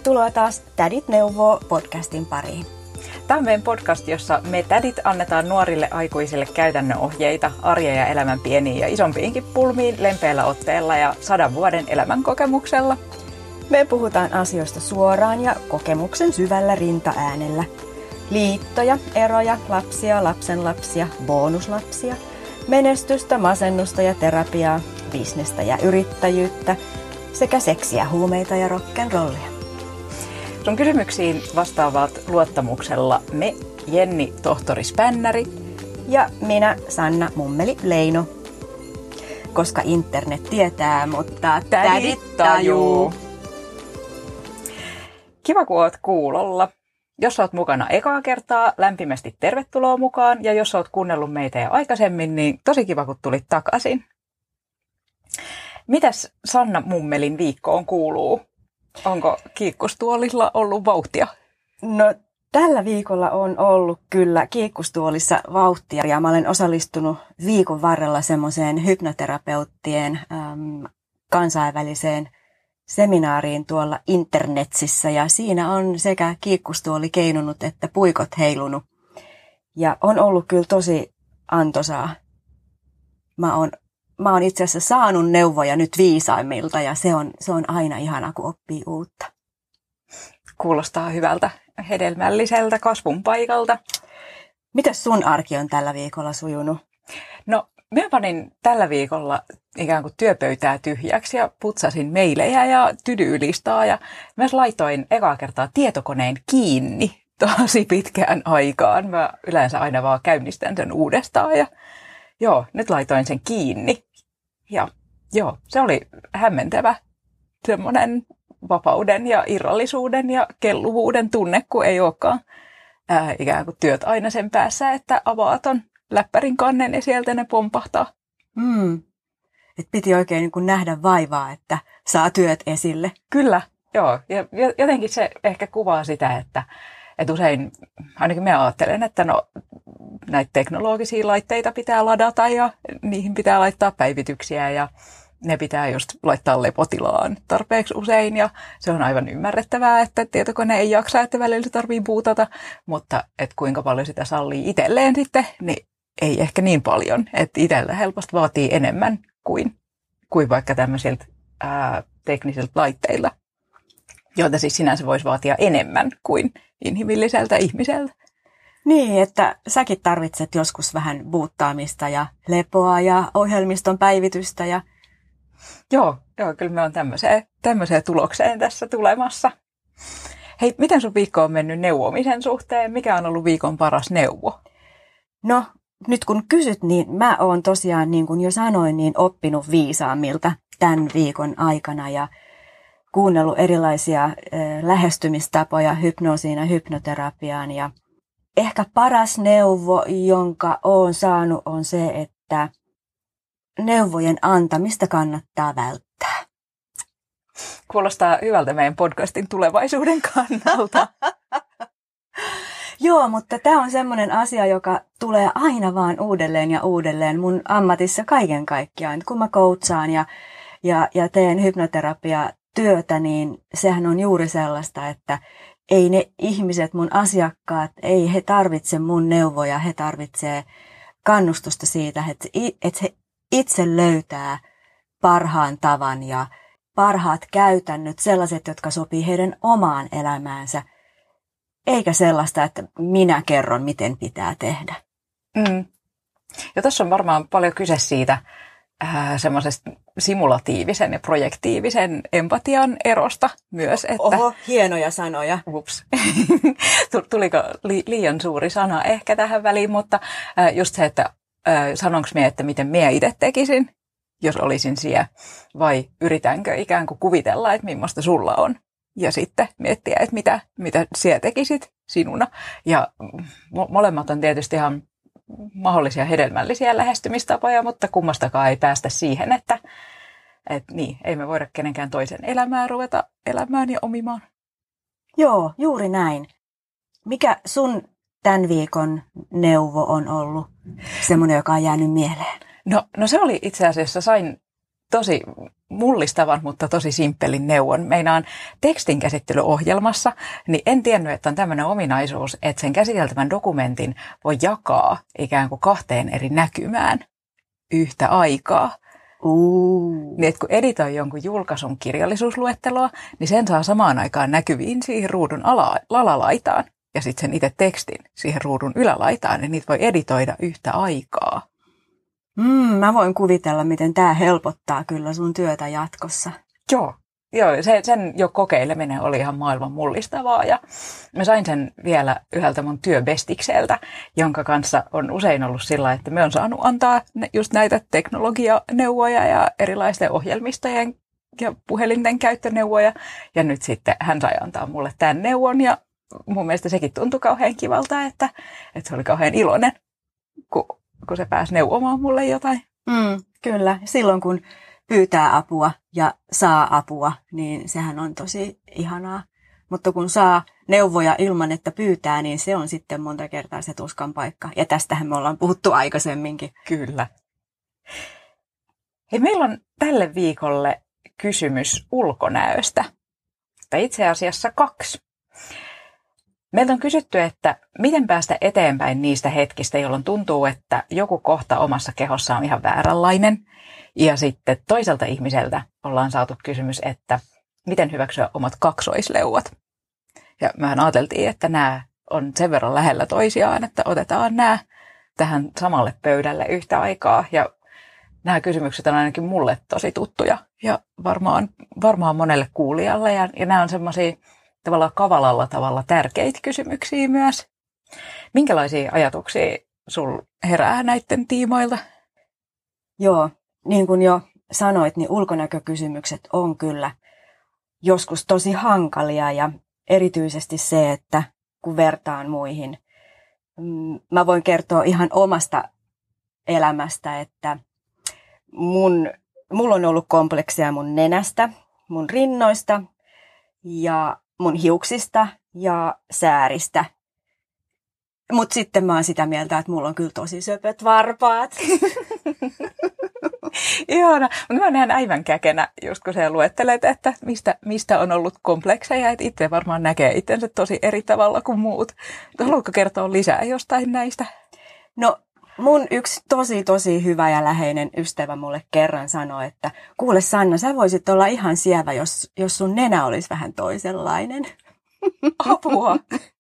Tervetuloa taas Tädit neuvoo podcastin pariin. Tämä on meidän podcast, jossa me tädit annetaan nuorille aikuisille käytännön ohjeita arjen ja elämän pieniin ja isompiinkin pulmiin lempeällä otteella ja 100 vuoden elämän kokemuksella. Me puhutaan asioista suoraan ja kokemuksen syvällä rintaäänellä. Liittoja, eroja, lapsia, lapsenlapsia, bonuslapsia, menestystä, masennusta ja terapiaa, bisnestä ja yrittäjyyttä sekä seksiä, huumeita ja rock'n'rollia. Sun kysymyksiin vastaavat luottamuksella me, Jenni tohtori Spännäri ja minä, Sanna Mummeli Leino. Koska internet tietää, mutta tädit tajuu. Kiva, kun oot kuulolla. Jos oot mukana ekaa kertaa, lämpimästi tervetuloa mukaan. Ja jos oot kuunnellut meitä jo aikaisemmin, niin tosi kiva, kun tulit takaisin. Mitäs Sanna Mummelin viikkoon kuuluu? Onko kiikkustuolilla ollut vauhtia? No, tällä viikolla on ollut kyllä kiikkustuolissa vauhtia. Ja mä olen osallistunut viikon varrella semmoiseen hypnoterapeuttien kansainväliseen seminaariin tuolla internetissä. Ja siinä on sekä kiikkustuoli keinunut että puikot heilunut. Ja on ollut kyllä tosi antoisaa. Mä oon itse asiassa saanut neuvoja nyt viisaimmilta ja se on aina ihana, kun oppii uutta. Kuulostaa hyvältä, hedelmälliseltä kasvun paikalta. Mitäs sun arki on tällä viikolla sujunut? No, mä panin tällä viikolla ikään kuin työpöytää tyhjäksi ja putsasin meilejä ja tydylistaa ja myös laitoin ekaa kertaa tietokoneen kiinni tosi pitkään aikaan. Mä yleensä aina vaan käynnistän sen uudestaan ja nyt laitoin sen kiinni. Ja se oli hämmentävä semmoinen vapauden ja irrallisuuden ja kelluvuuden tunne, kun ei olekaan ikään kuin työt aina sen päässä, että avaat ton läppärin kannen ja sieltä ne pompahtaa. Et piti oikein niin kuin nähdä vaivaa, että saa työt esille. Kyllä, joo. Ja jotenkin se ehkä kuvaa sitä, että usein, ainakin minä ajattelen, että näitä teknologisia laitteita pitää ladata ja niihin pitää laittaa päivityksiä ja ne pitää just laittaa lepotilaan tarpeeksi usein ja se on aivan ymmärrettävää, että tietokone ei jaksa, että välillä se tarvii bootata, mutta että kuinka paljon sitä sallii itselleen sitten, niin ei ehkä niin paljon, että itsellä helposti vaatii enemmän kuin vaikka tämmöisiltä teknisiltä laitteilla, joita siis sinänsä voisi vaatia enemmän kuin inhimilliseltä ihmiseltä. Niin, että säkin tarvitset joskus vähän buuttaamista ja lepoa ja ohjelmiston päivitystä. Joo, kyllä me on tämmöiseen tulokseen tässä tulemassa. Hei, miten sun viikko on mennyt neuvomisen suhteen? Mikä on ollut viikon paras neuvo? No, nyt kun kysyt, niin mä oon tosiaan, niin kuin jo sanoin, niin oppinut viisaammilta tämän viikon aikana ja kuunnellut erilaisia lähestymistapoja hypnoosiin ja hypnoterapiaan ja ehkä paras neuvo, jonka olen saanut, on se, että neuvojen antamista kannattaa välttää. Kuulostaa hyvältä meidän podcastin tulevaisuuden kannalta. Joo, mutta tämä on semmoinen asia, joka tulee aina vaan uudelleen ja uudelleen mun ammatissa kaiken kaikkiaan. Kun mä coachaan ja teen hypnoterapiatyötä, niin sehän on juuri sellaista, että ei ne ihmiset, mun asiakkaat, ei he tarvitse mun neuvoja, he tarvitsee kannustusta siitä, että he itse löytää parhaan tavan ja parhaat käytännöt, sellaiset, jotka sopii heidän omaan elämäänsä, eikä sellaista, että minä kerron, miten pitää tehdä. Ja tuossa on varmaan paljon kyse siitä semmoisesta simulatiivisen ja projektiivisen empatian erosta myös. Että Oho, hienoja sanoja. Ups. Tuliko liian suuri sana ehkä tähän väliin, mutta just se, että sanonko minä, että miten minä itse tekisin, jos olisin siellä, vai yritänkö ikään kuin kuvitella, että millaista sulla on, ja sitten miettiä, että mitä sinä tekisit sinuna. Ja molemmat on tietysti ihan mahdollisia hedelmällisiä lähestymistapoja, mutta kummastakaan ei päästä siihen, että niin, ei me voida kenenkään toisen elämää ruveta elämään ja omimaan. Joo, juuri näin. Mikä sun tämän viikon neuvo on ollut semmoinen, joka on jäänyt mieleen? No se oli itse asiassa, sain tosi mullistavan, mutta tosi simppelin neuvon. Meinaan tekstinkäsittelyohjelmassa, niin en tiennyt, että on tämmöinen ominaisuus, että sen käsiteltävän dokumentin voi jakaa ikään kuin 2 eri näkymään yhtä aikaa. Niin, että kun editoi jonkun julkaisun kirjallisuusluetteloa, niin sen saa samaan aikaan näkyviin siihen ruudun alalaitaan ja sitten sen itse tekstin siihen ruudun ylälaitaan, niin niitä voi editoida yhtä aikaa. Mä voin kuvitella, miten tämä helpottaa kyllä sun työtä jatkossa. Joo, sen jo kokeileminen oli ihan maailman mullistavaa ja mä sain sen vielä yhdeltä mun työbestikseltä, jonka kanssa on usein ollut sillä, että me on saanut antaa just näitä teknologianeuvoja ja erilaisten ohjelmistojen ja puhelinten käyttöneuvoja ja nyt sitten hän sai antaa mulle tämän neuvon ja mun mielestä sekin tuntui kauhean kivalta, että se oli kauhean iloinen, kun se pääsi neuvomaan mulle jotain. Kyllä, silloin kun pyytää apua ja saa apua, niin sehän on tosi ihanaa. Mutta kun saa neuvoja ilman, että pyytää, niin se on sitten monta kertaa se tuskan paikka. Ja tästähän me ollaan puhuttu aikaisemminkin. Kyllä. Hei, meillä on tälle viikolle kysymys ulkonäöstä. Tai itse asiassa 2. Meiltä on kysytty, että miten päästä eteenpäin niistä hetkistä, jolloin tuntuu, että joku kohta omassa kehossa on ihan vääränlainen. Ja sitten toiselta ihmiseltä ollaan saatu kysymys, että miten hyväksyä omat kaksoisleuat. Ja mehän ajateltiin, että nämä on sen verran lähellä toisiaan, että otetaan nämä tähän samalle pöydälle yhtä aikaa. Ja nämä kysymykset on ainakin mulle tosi tuttuja ja varmaan monelle kuulijalle. Ja nämä on semmoisia tavallaan kavalalla tavalla tärkeitä kysymyksiä myös. Minkälaisia ajatuksia sul herää näiden tiimoilta? Joo, niin kuin jo sanoit, niin ulkonäkökysymykset on kyllä joskus tosi hankalia ja erityisesti se, että kun vertaan muihin. Mä voin kertoa ihan omasta elämästä, että mulla on ollut kompleksia mun nenästä, mun rinnoista ja mun hiuksista ja sääristä. Mutta sitten mä oon sitä mieltä, että mulla on kyllä tosi söpöt varpaat. Ihana. Mutta mä oon ihan aivan käkenä, just kun sä luettelet, että mistä on ollut komplekseja. Että itse varmaan näkee itsensä tosi eri tavalla kuin muut. Haluatko kertoa lisää jostain näistä? No, mun yksi tosi hyvä ja läheinen ystävä mulle kerran sanoi, että kuule Sanna, sä voisit olla ihan sievä, jos sun nenä olisi vähän toisenlainen. Apua!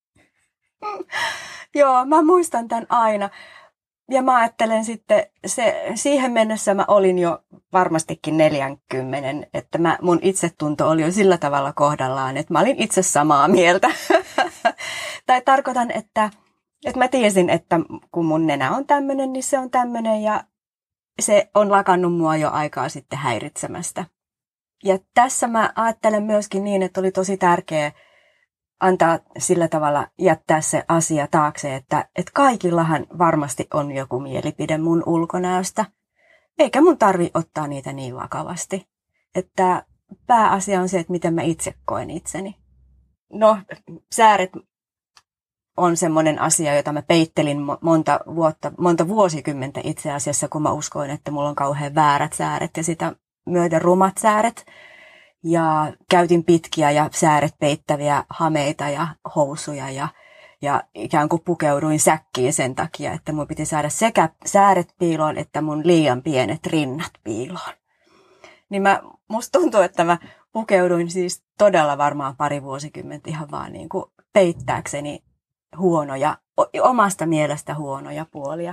Joo, mä muistan tämän aina. Ja mä ajattelen sitten, siihen mennessä mä olin jo varmastikin 40, että mun itsetunto oli jo sillä tavalla kohdallaan, että mä olin itse samaa mieltä. Tai tarkoitan, että mä tiesin, että kun mun nenä on tämmöinen, niin se on tämmöinen ja se on lakannut mua jo aikaa sitten häiritsemästä. Ja tässä mä ajattelen myöskin niin, että oli tosi tärkeää antaa sillä tavalla jättää se asia taakse, että kaikillahan varmasti on joku mielipide mun ulkonäöstä, eikä mun tarvi ottaa niitä niin vakavasti. Että pääasia on se, että miten mä itse koen itseni. No, sääret on semmoinen asia, jota mä peittelin monta vuosikymmentä itse asiassa, kun mä uskoin, että mulla on kauhean väärät sääret ja sitä myöten rumat sääret. Ja käytin pitkiä ja sääret peittäviä hameita ja housuja ja ikään kuin pukeuduin säkkiin sen takia, että mun piti saada sekä sääret piiloon että mun liian pienet rinnat piiloon. Niin musta tuntuu, että mä pukeuduin siis todella varmaan pari vuosikymmentä ihan vaan niin kuin peittääkseni omasta mielestä huonoja puolia.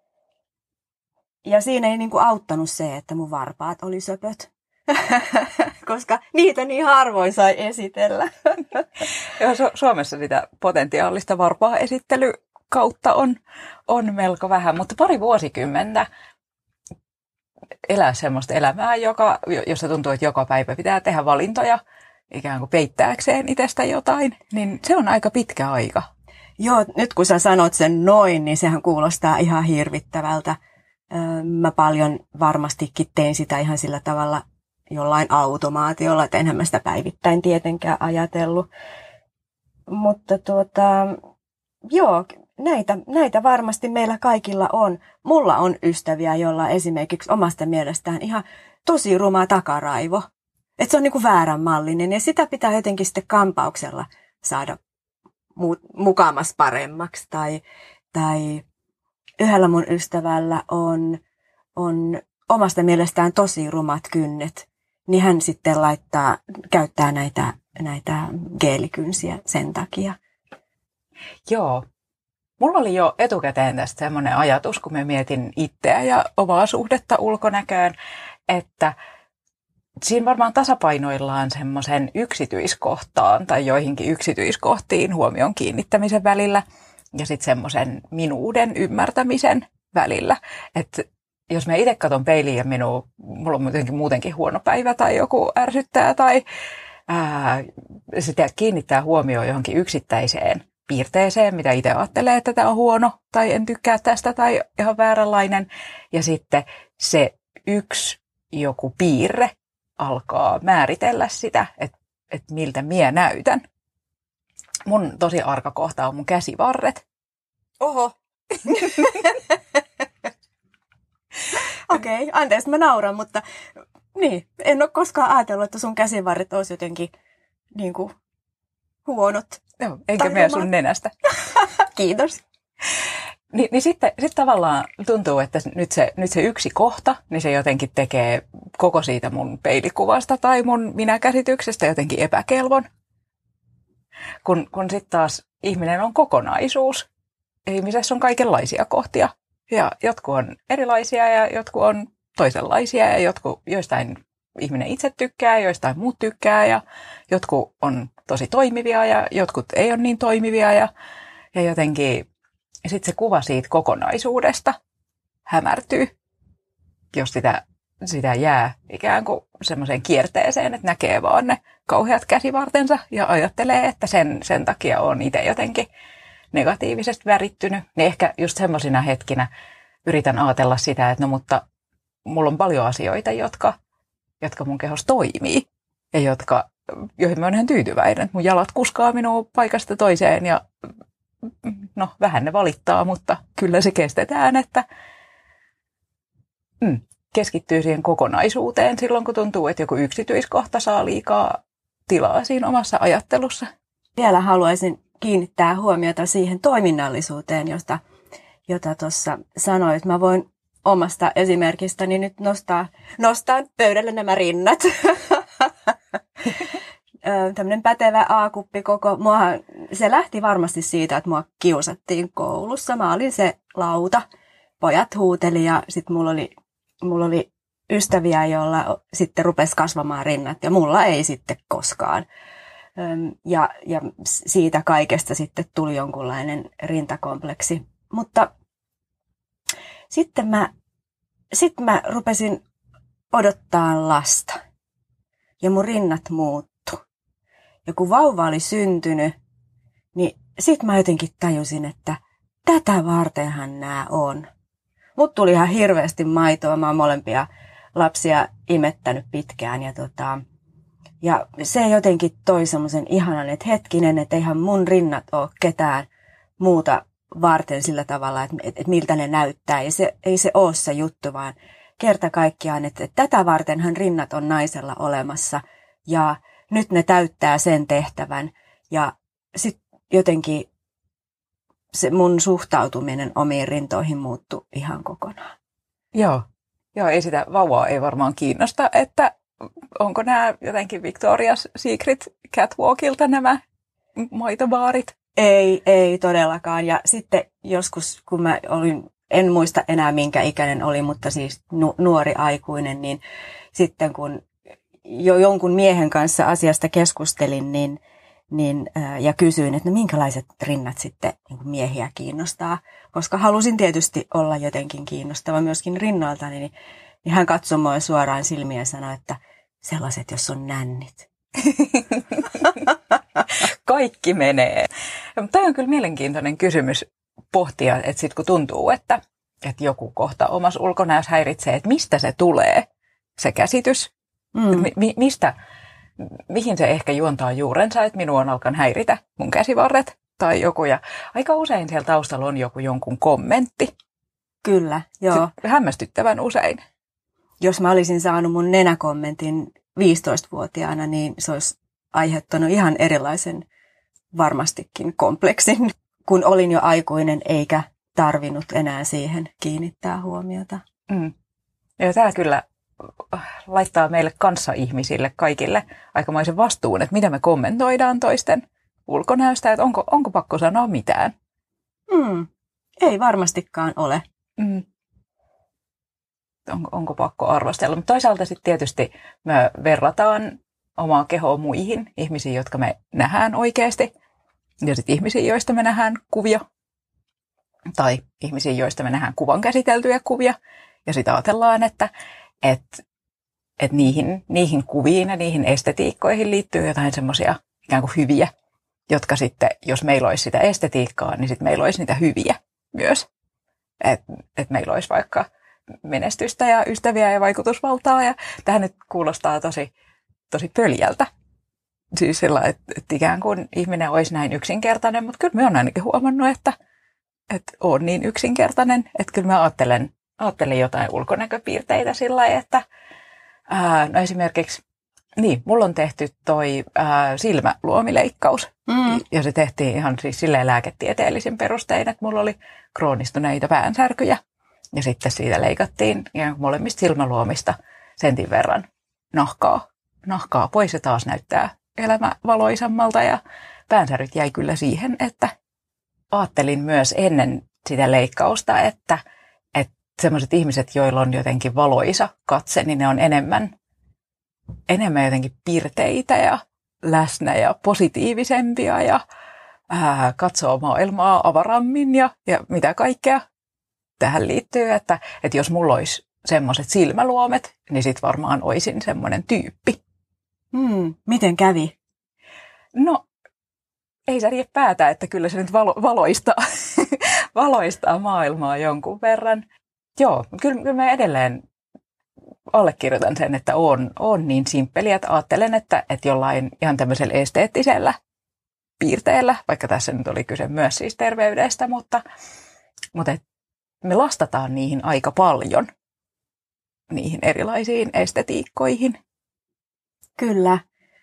Ja siinä ei niin kuin auttanut se, että mun varpaat oli söpöt. Koska niitä niin harvoin sai esitellä. Joo, Suomessa sitä potentiaalista varpaa-esittelykautta on melko vähän, mutta pari vuosikymmentä elää semmoista elämää, jossa tuntuu, että joka päivä pitää tehdä valintoja ikään kuin peittääkseen itsestä jotain, niin se on aika pitkä aika. Joo, nyt kun sä sanot sen noin, niin sehän kuulostaa ihan hirvittävältä. Mä paljon varmastikin tein sitä ihan sillä tavalla jollain automaatiolla, että enhän mä sitä päivittäin tietenkään ajatellut. Mutta joo, näitä varmasti meillä kaikilla on. Mulla on ystäviä, joilla esimerkiksi omasta mielestään ihan tosi ruma takaraivo. Että se on niinku vääränmallinen ja sitä pitää jotenkin sitten kampauksella saada mukamas paremmaksi. Tai yhdellä mun ystävällä on omasta mielestään tosi rumat kynnet, niin hän sitten käyttää näitä geelikynsiä sen takia. Joo. Mulla oli jo etukäteen tästä semmoinen ajatus, kun mä mietin itseä ja omaa suhdetta ulkonäköön, että siinä varmaan tasapainoillaan semmoisen yksityiskohtaan tai joihinkin yksityiskohtiin huomion kiinnittämisen välillä ja sitten semmoisen minuuden ymmärtämisen välillä. Että jos mä itse katson peiliin ja mulla on muutenkin huono päivä tai joku ärsyttää tai sitä kiinnittää huomioon johonkin yksittäiseen piirteeseen, mitä itse ajattelee, että tämä on huono tai en tykkää tästä tai ihan vääränlainen. Ja sitten se yksi joku piirre alkaa määritellä sitä, että miltä minä näytän. Mun tosi arka kohta on mun käsivarret. Oho. Okei, anteeksi, mä nauran, mutta niin, en ole koskaan ajatellut, että sun käsivarret olisi jotenkin niin kuin huonot. Joo, enkä mene sun nenästä. Kiitos. Niin sitten tavallaan tuntuu, että nyt se yksi kohta, niin se jotenkin tekee koko siitä mun peilikuvasta tai mun minäkäsityksestä jotenkin epäkelvon. Kun sitten taas ihminen on kokonaisuus. Ihmisessä on kaikenlaisia kohtia. Ja jotkut on erilaisia ja jotkut on toisenlaisia ja joistain ihminen itse tykkää, joistain muut tykkää ja jotkut on tosi toimivia ja jotkut ei ole niin toimivia ja jotenkin sitten se kuva siitä kokonaisuudesta hämärtyy, jos sitä jää ikään kuin semmoiseen kierteeseen, että näkee vaan ne kauheat käsivartensa ja ajattelee, että sen takia on itse jotenkin negatiivisesti värittynyt. Niin ehkä just semmoisina hetkinä yritän ajatella sitä, että no mutta mulla on paljon asioita, jotka mun kehossa toimii ja joihin mä oon ihan tyytyväinen. Mun jalat kuskaa minua paikasta toiseen ja no vähän ne valittaa, mutta kyllä se kestetään, että keskittyy siihen kokonaisuuteen silloin, kun tuntuu, että joku yksityiskohta saa liikaa tilaa siinä omassa ajattelussa. Vielä haluaisin kiinnittää huomiota siihen toiminnallisuuteen, jota tuossa sanoit. Mä voin omasta esimerkistäni nyt nostaa pöydälle nämä rinnat. Tämmöinen pätevä A-kuppi koko. Se lähti varmasti siitä, että mua kiusattiin koulussa. Mä olin se lauta. Pojat huuteli ja sitten mulla oli ystäviä, joilla sitten rupesi kasvamaan rinnat ja mulla ei sitten koskaan. Ja siitä kaikesta sitten tuli jonkunlainen rintakompleksi. Mutta sitten mä rupesin odottaa lasta ja mun rinnat muuttu. Ja kun vauva oli syntynyt, niin sit mä jotenkin tajusin, että tätä vartenhan nämä on. Mut tuli ihan hirveästi maitoa, mä oon molempia lapsia imettänyt pitkään ja se jotenkin toi semmoisen ihanan, että hetkinen, että eihän mun rinnat ole ketään muuta varten sillä tavalla, että miltä ne näyttää. Ja ei se ole se juttu, vaan kerta kaikkiaan, että tätä vartenhan rinnat on naisella olemassa ja nyt ne täyttää sen tehtävän. Ja sitten jotenkin se mun suhtautuminen omiin rintoihin muuttui ihan kokonaan. Joo, ei sitä vauvaa ei varmaan kiinnosta, että onko nämä jotenkin Victoria's Secret Catwalkilta nämä maitovaarit? Ei todellakaan. Ja sitten joskus, kun mä en muista enää minkä ikäinen oli, mutta siis nuori aikuinen, niin sitten kun jo jonkun miehen kanssa asiasta keskustelin, ja kysyin, että no minkälaiset rinnat sitten miehiä kiinnostaa, koska halusin tietysti olla jotenkin kiinnostava myöskin rinnoiltani, niin hän katsoi mua suoraan silmiä ja sanoi, että sellaiset, jos on nännit. Kaikki menee. Tämä on kyllä mielenkiintoinen kysymys pohtia, että sitten kun tuntuu, että joku kohta omassa ulkonäössä häiritsee, että mistä se tulee, se käsitys, mihin se ehkä juontaa juurensa, että minua on alkanut häiritä mun käsivarret, tai joku. Ja aika usein siellä taustalla on jonkun kommentti. Kyllä, joo. Hämmästyttävän usein. Jos mä olisin saanut mun nenäkommentin 15-vuotiaana, niin se olisi aiheuttanut ihan erilaisen varmastikin kompleksin, kun olin jo aikuinen eikä tarvinnut enää siihen kiinnittää huomiota. Ja tämä kyllä laittaa meille kanssaihmisille kaikille aikamoisen vastuun, että mitä me kommentoidaan toisten ulkonäöstä, että onko pakko sanoa mitään. Ei varmastikaan ole. Onko pakko arvostella. Mutta toisaalta sitten tietysti me verrataan omaa kehoa muihin ihmisiin, jotka me nähdään oikeasti. Ja sitten ihmisiin, joista me nähdään kuvia. Tai ihmisiin, joista me nähdään kuvan käsiteltyjä kuvia. Ja sitten ajatellaan, että niihin kuviin ja niihin estetiikkoihin liittyy jotain semmoisia ikään kuin hyviä, jotka sitten, jos meillä olisi sitä estetiikkaa, niin sitten meillä olisi niitä hyviä myös. Että meillä olisi vaikka menestystä ja ystäviä ja vaikutusvaltaa. Ja tähän nyt kuulostaa tosi pöljältä. Siis sillä, että ikään kuin ihminen olisi näin yksinkertainen, mutta kyllä mä oon ainakin huomannut, että on niin yksinkertainen, että kyllä mä ajattelen jotain ulkonäköpiirteitä sillä lailla, että no esimerkiksi, mulla on tehty toi silmäluomileikkaus. Ja se tehtiin ihan siis silleen lääketieteellisin perustein, että mulla oli kroonistuneita päänsärkyjä. Ja sitten siitä leikattiin molemmista silmäluomista sentin verran nahkaa pois ja taas näyttää elämä valoisammalta. Ja päänsäryt jäi kyllä siihen, että ajattelin myös ennen sitä leikkausta, että sellaiset ihmiset, joilla on jotenkin valoisa katse, niin ne on enemmän jotenkin pirteitä ja läsnä ja positiivisempia ja katsoo maailmaa avarammin ja mitä kaikkea tähän liittyy. Että jos mulla olisi semmoiset silmäluomet, niin sit varmaan olisin semmoinen tyyppi. Miten kävi? No, ei sä päätä, että kyllä se nyt valoistaa maailmaa jonkun verran. Joo, kyllä mä edelleen allekirjoitan sen, että on niin simppeli, että ajattelen, että jollain ihan tämmöisellä esteettisellä piirteellä, vaikka tässä nyt oli kyse myös siis terveydestä, mutta me lastataan niihin aika paljon, niihin erilaisiin estetiikkoihin. Kyllä.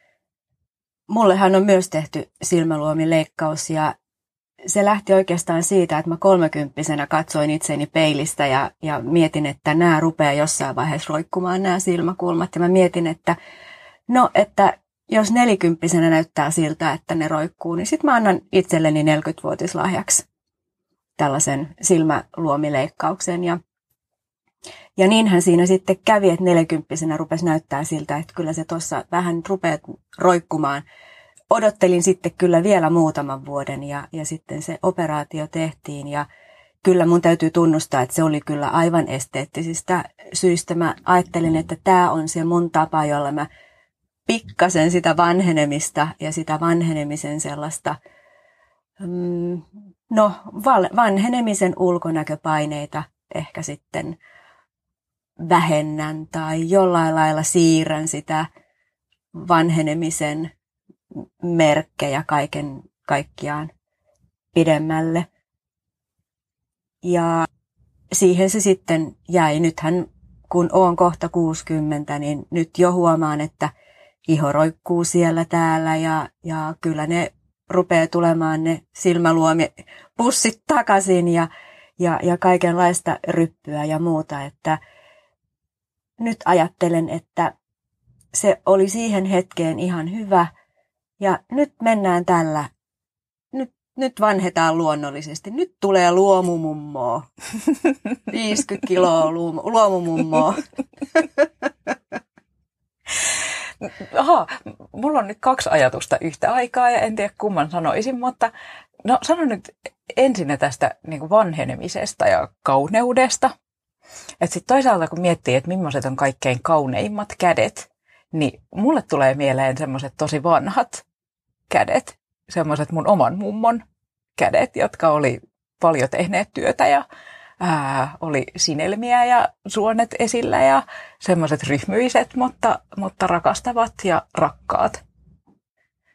Mullehan on myös tehty silmäluomileikkaus ja se lähti oikeastaan siitä, että mä 30-vuotiaana katsoin itseni peilistä ja mietin, että nämä rupeaa jossain vaiheessa roikkumaan nämä silmäkulmat. Ja mä mietin, että jos 40-vuotiaana näyttää siltä, että ne roikkuu, niin sitten mä annan itselleni 40-vuotislahjaksi tällaisen silmäluomileikkauksen. Ja niinhän siinä sitten kävi, että 40-vuotiaana rupesi näyttää siltä, että kyllä se tuossa vähän rupeaa roikkumaan. Odottelin sitten kyllä vielä muutaman vuoden ja sitten se operaatio tehtiin ja kyllä mun täytyy tunnustaa, että se oli kyllä aivan esteettisistä syistä. Mä ajattelin, että tämä on se mun tapa, jolla mä pikkasen sitä vanhenemista ja sitä vanhenemisen sellaista, vanhenemisen ulkonäköpaineita ehkä sitten vähennän tai jollain lailla siirrän sitä vanhenemisen merkkejä kaiken kaikkiaan pidemmälle. Ja siihen se sitten jäi. Nythän kun olen kohta 60, niin nyt jo huomaan, että iho roikkuu siellä täällä ja kyllä ne rupeaa tulemaan ne silmäluomipussit takaisin ja kaikenlaista ryppyä ja muuta. Että nyt ajattelen, että se oli siihen hetkeen ihan hyvä. Ja nyt mennään tällä. Nyt vanhetaan luonnollisesti. Nyt tulee luomumummoa. 50 kiloa luomumummoa. Aha, mulla on nyt 2 ajatusta yhtä aikaa ja en tiedä kumman sanoisin, mutta sanon nyt ensin tästä niin kuin vanhenemisesta ja kauneudesta. Että sitten toisaalta kun miettii, että millaiset on kaikkein kauneimmat kädet, niin mulle tulee mieleen semmoiset tosi vanhat kädet, semmoiset mun oman mummon kädet, jotka oli paljon tehneet työtä ja oli sinelmiä ja suonet esillä ja semmoiset ryhmyiset, mutta rakastavat ja rakkaat.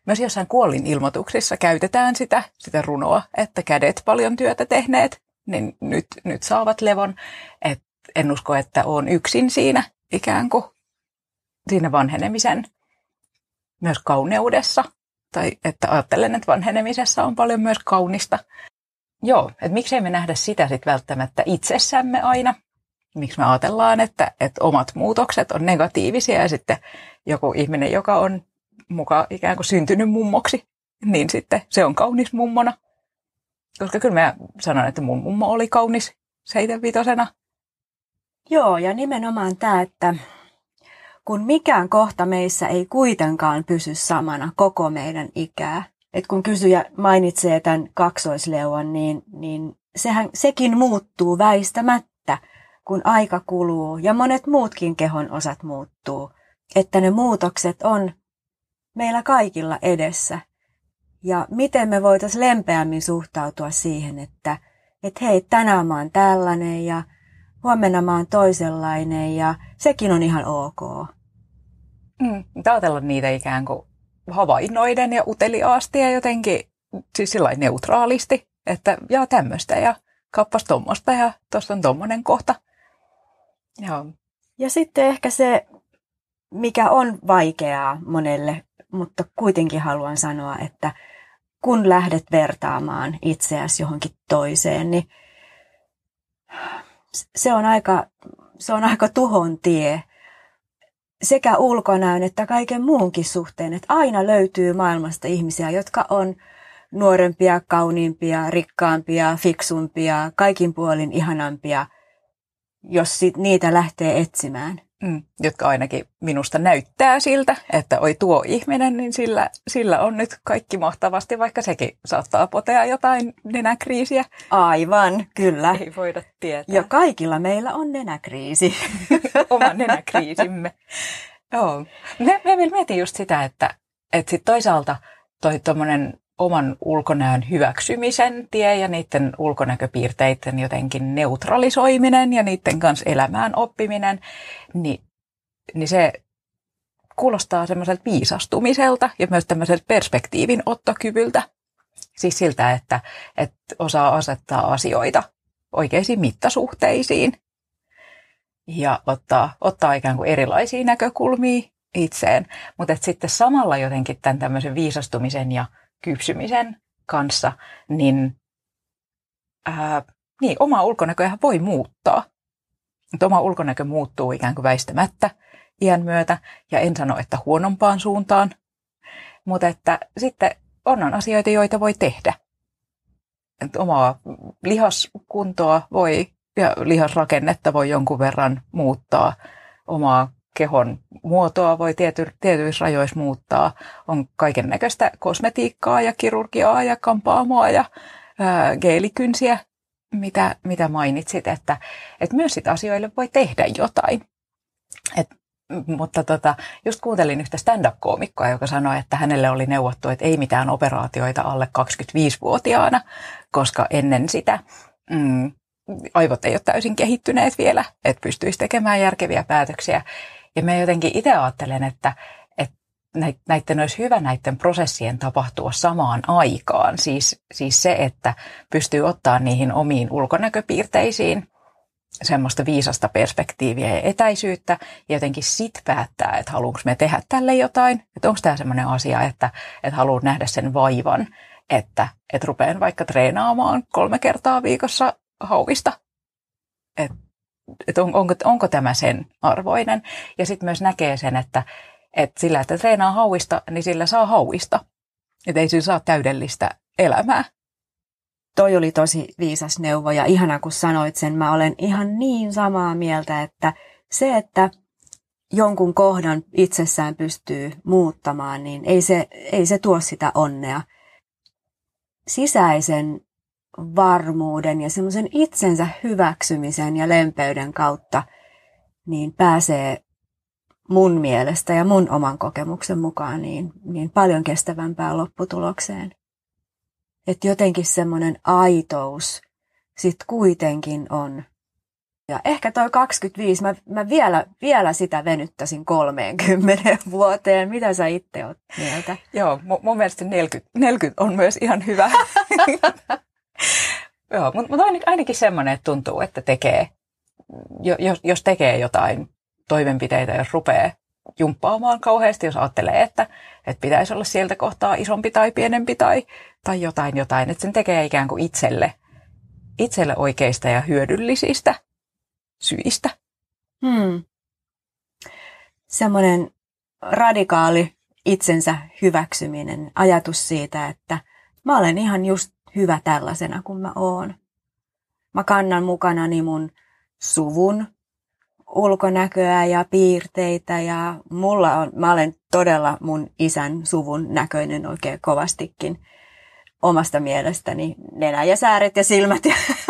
Myös jossain kuolinilmoituksissa käytetään sitä runoa, että kädet paljon työtä tehneet, niin nyt saavat levon. Et en usko, että olen yksin siinä ikään kuin siinä vanhenemisen myös kauneudessa. Tai että ajattelen, että vanhenemisessa on paljon myös kaunista. Joo, että miksei me nähdä sitä sitten välttämättä itsessämme aina. Miksi me ajatellaan, että omat muutokset on negatiivisia ja sitten joku ihminen, joka on mukaan ikään kuin syntynyt mummoksi, niin sitten se on kaunis mummona. Koska kyllä mä sanon, että mun mummo oli kaunis 75-vuotiaana. Joo, ja nimenomaan tämä, että kun mikään kohta meissä ei kuitenkaan pysy samana koko meidän ikää. Et kun kysyjä mainitsee tämän kaksoisleuan, niin sekin muuttuu väistämättä, kun aika kuluu ja monet muutkin kehon osat muuttuu. Että ne muutokset on meillä kaikilla edessä. Ja miten me voitaisiin lempeämmin suhtautua siihen, että hei, tänään mä oon tällainen ja huomenna mä oon toisenlainen ja sekin on ihan ok. Ajatella niitä ikään kuin havainnoiden ja uteliaasti ja jotenkin siis sillain neutraalisti, että jaa tämmöistä ja kappas tommoista ja tossa on tommonen kohta. Joo. Ja sitten ehkä se, mikä on vaikeaa monelle, mutta kuitenkin haluan sanoa, että kun lähdet vertaamaan itseäsi johonkin toiseen, niin se on aika tuhon tie. Sekä ulkonäön että kaiken muunkin suhteen, että aina löytyy maailmasta ihmisiä, jotka on nuorempia, kauniimpia, rikkaampia, fiksumpia, kaikin puolin ihanampia, jos niitä lähtee etsimään. Jotka ainakin minusta näyttää siltä, että oi tuo ihminen, niin sillä on nyt kaikki mahtavasti, vaikka sekin saattaa potea jotain nenäkriisiä. Aivan, kyllä. Ei voida tietää. Ja kaikilla meillä on nenäkriisi. Oma nenäkriisimme. Joo. Mä vielä mietin just sitä, että sit toisaalta toi tommonen oman ulkonäön hyväksymisen tie ja niiden ulkonäköpiirteiden jotenkin neutralisoiminen ja niiden kanssa elämään oppiminen, niin se kuulostaa semmoiselta viisastumiselta ja myös tämmöiseltä perspektiivin ottokyvyltä. Siis siltä, että osaa asettaa asioita oikeisiin mittasuhteisiin ja ottaa ikään kuin erilaisia näkökulmia itseen, mutta sitten samalla jotenkin tämän tämmöisen viisastumisen ja kypsymisen kanssa, niin oma ulkonäköhän voi muuttaa. Mutta oma ulkonäkö muuttuu ikään kuin väistämättä iän myötä, ja en sano, että huonompaan suuntaan, mutta että sitten on asioita, joita voi tehdä. Et omaa lihaskuntoa ja lihasrakennetta voi jonkun verran muuttaa, omaa kehon muotoa voi tietyissä rajoissa muuttaa. On kaiken näköistä kosmetiikkaa ja kirurgiaa ja kampaamoa ja geelikynsiä, mitä mainitsit, että myös sit asioille voi tehdä jotain. Mutta just kuuntelin yhtä stand-up-koomikkoa, joka sanoi, että hänelle oli neuvottu, että ei mitään operaatioita alle 25-vuotiaana, koska ennen sitä aivot ei ole täysin kehittyneet vielä, että pystyisi tekemään järkeviä päätöksiä. Ja mä jotenkin itse ajattelen, että näiden olisi hyvä näiden prosessien tapahtua samaan aikaan. Siis se, että pystyy ottaa niihin omiin ulkonäköpiirteisiin semmoista viisasta perspektiiviä ja etäisyyttä ja jotenkin sit päättää, että haluanko me tehdä tälle jotain. Että onko tämä semmoinen asia, että haluan nähdä sen vaivan, että rupean vaikka treenaamaan 3 kertaa viikossa hauista. Että onko tämä sen arvoinen. Ja sitten myös näkee sen, että sillä, että treenaa hauista, niin sillä saa hauista. Että ei sillä saa täydellistä elämää. Toi oli tosi viisas neuvo ja ihana kun sanoit sen. Mä olen ihan niin samaa mieltä, että se, että jonkun kohdan itsessään pystyy muuttamaan, niin ei se tuo sitä onnea. Sisäisen varmuuden ja semmoisen itsensä hyväksymisen ja lempeyden kautta niin pääsee mun mielestä ja mun oman kokemuksen mukaan niin paljon kestävämpään lopputulokseen. Että jotenkin semmoinen aitous sit kuitenkin on Ja ehkä toi 25, mä vielä sitä venyttäisin 30 vuoteen. Mitä sä itse oot mieltä? Joo, mun mielestä 40 on myös ihan hyvä. Joo, mutta ainakin semmoinen, että tuntuu, että jos tekee jotain toimenpiteitä, jos rupeaa jumppaamaan kauheasti, jos ajattelee, että pitäisi olla sieltä kohtaa isompi tai pienempi tai jotain, että sen tekee ikään kuin itselle oikeista ja hyödyllisistä syistä. Semmoinen radikaali itsensä hyväksyminen, ajatus siitä, että mä olen ihan just hyvä tällaisena kuin mä oon. Mä kannan mukanani mun suvun ulkonäköä ja piirteitä ja mä olen todella mun isän suvun näköinen oikein kovastikin omasta mielestäni. Nenä ja sääret ja silmät.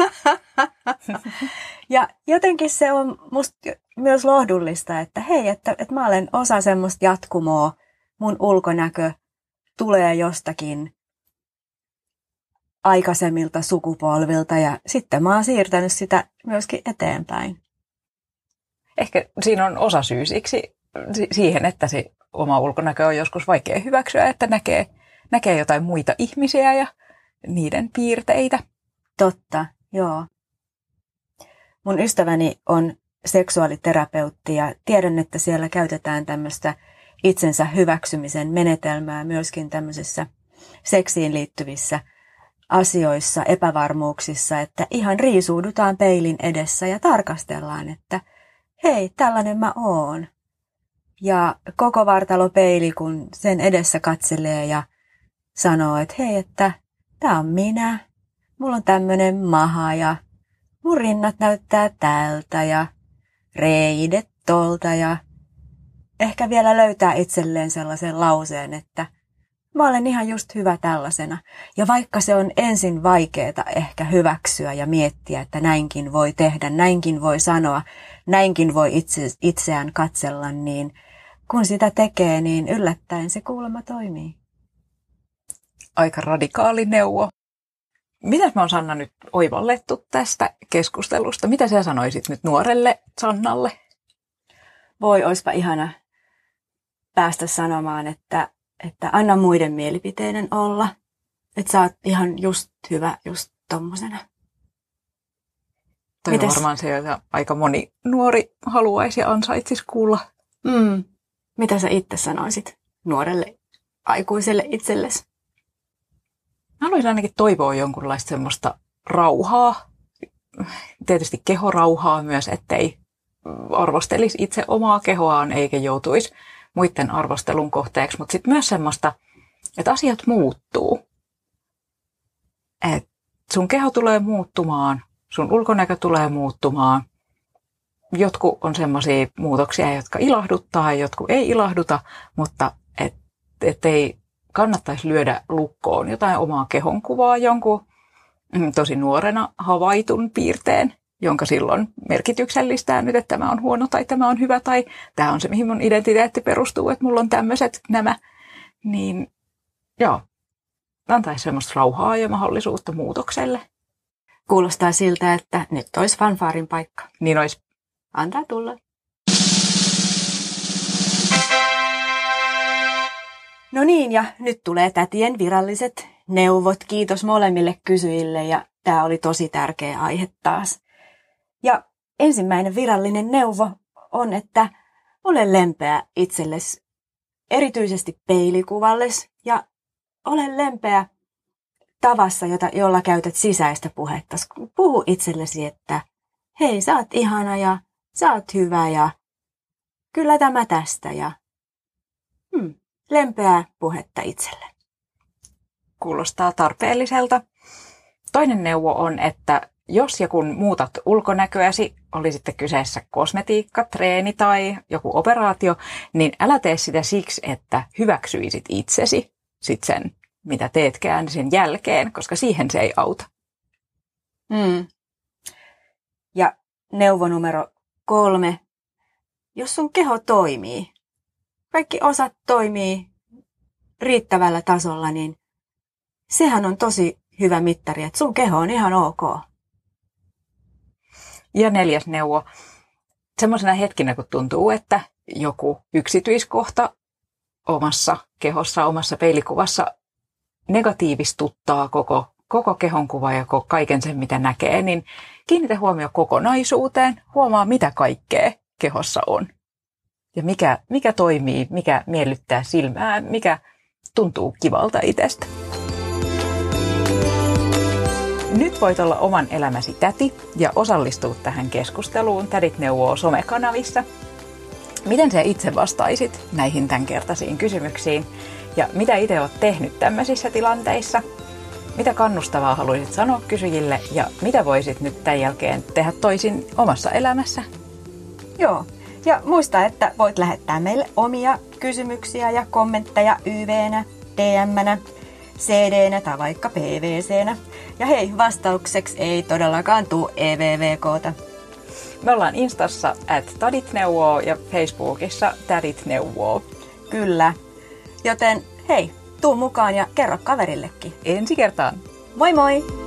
Ja jotenkin se on musta myös lohdullista, että hei, että mä olen osa semmoista jatkumoa. Mun ulkonäkö tulee jostakin aikaisemmilta sukupolvilta ja sitten mä oon siirtänyt sitä myöskin eteenpäin. Ehkä siinä on osa syy siksi siihen, että se oma ulkonäkö on joskus vaikea hyväksyä, että näkee jotain muita ihmisiä ja niiden piirteitä. Totta, joo. Mun ystäväni on seksuaaliterapeutti ja tiedän, että siellä käytetään tämmöistä itsensä hyväksymisen menetelmää myöskin tämmöisissä seksiin liittyvissä asioissa, epävarmuuksissa, että ihan riisuudutaan peilin edessä ja tarkastellaan, että hei, tällainen mä oon. Ja koko vartalopeili, kun sen edessä katselee ja sanoo, että hei, että tää on minä, mulla on tämmönen maha ja mun rinnat näyttää tältä ja reidet tolta ja ehkä vielä löytää itselleen sellaisen lauseen, että mä olen ihan just hyvä tällaisena. Ja vaikka se on ensin vaikeaa ehkä hyväksyä ja miettiä, että näinkin voi tehdä, näinkin voi sanoa, näinkin voi itseään katsella, niin kun sitä tekee, niin yllättäen se kuulemma toimii. Aika radikaali neuvo. Mitäs me on Sanna nyt oivallettu tästä keskustelusta? Mitä sä sanoisit nyt nuorelle Sannalle? Voi, oispa ihana päästä sanomaan, että anna muiden mielipiteiden olla. Että sä oot ihan just hyvä just tommosena. Toi on varmaan se, jota aika moni nuori haluaisi ja ansaitsisi kuulla. Mitä sä itse sanoisit nuorelle aikuiselle itsellesi? Mä haluaisin ainakin toivoa jonkunlaista semmoista rauhaa. Tietysti kehorauhaa myös, ettei arvostelisi itse omaa kehoaan eikä joutuisi muiden arvostelun kohteeksi. Mutta sitten myös semmoista, että asiat muuttuu. Että sun keho tulee muuttumaan, sun ulkonäkö tulee muuttumaan. Jotkut on semmoisia muutoksia, jotka ilahduttaa, jotkut ei ilahduta, mutta ettei kannattaisi lyödä lukkoon jotain omaa kehonkuvaa, jonkun tosi nuorena havaitun piirteen, jonka silloin merkityksellistää nyt, että tämä on huono tai tämä on hyvä tai tämä on se, mihin mun identiteetti perustuu, että mulla on tämmöiset nämä. Niin joo, antaisi semmoista rauhaa ja mahdollisuutta muutokselle. Kuulostaa siltä, että nyt olisi fanfaarin paikka. Niin olisi. Antaa tulla. No niin, ja nyt tulee tätien viralliset neuvot. Kiitos molemmille kysyjille, ja tämä oli tosi tärkeä aihe taas. Ja ensimmäinen virallinen neuvo on, että ole lempeä itsellesi, erityisesti peilikuvallesi, ja ole lempeä tavassa, jolla käytät sisäistä puhetta. Puhu itsellesi, että hei, sä oot ihana ja sä oot hyvä ja kyllä tämä tästä ja lempeää puhetta itselle. Kuulostaa tarpeelliselta. Toinen neuvo on, että jos ja kun muutat ulkonäköäsi, oli sitten kyseessä kosmetiikka, treeni tai joku operaatio, niin älä tee sitä siksi, että hyväksyisit itsesi sit sen, mitä teetkään sen jälkeen, koska siihen se ei auta. Ja neuvo numero 3. Jos sun keho toimii, kaikki osat toimii riittävällä tasolla, niin sehän on tosi hyvä mittari, että sun keho on ihan ok. Ja 4. neuvo. Semmoisena hetkinä, kun tuntuu, että joku yksityiskohta omassa kehossa, omassa peilikuvassa negatiivistuttaa koko kehonkuva ja kaiken sen, mitä näkee, niin kiinnitä huomio kokonaisuuteen, huomaa, mitä kaikkea kehossa on. Ja mikä toimii, mikä miellyttää silmää, mikä tuntuu kivalta itsestä. Nyt voit olla oman elämäsi täti ja osallistua tähän keskusteluun Tädit neuvoo somekanavissa. Miten sä itse vastaisit näihin tämänkertaisiin kysymyksiin? Ja mitä itse olet tehnyt tämmöisissä tilanteissa? Mitä kannustavaa haluaisit sanoa kysyjille ja mitä voisit nyt tämän jälkeen tehdä toisin omassa elämässä? Joo, ja muista, että voit lähettää meille omia kysymyksiä ja kommentteja YV-nä, DM-nä, CD-nä tai vaikka PVC-nä. Ja hei, vastaukseksi ei todellakaan tule EVVK:ta. Me ollaan Instassa @taditneuvoo ja Facebookissa Tädit neuvoo. Kyllä. Joten hei, tuu mukaan ja kerro kaverillekin. Ensi kertaan. Moi moi!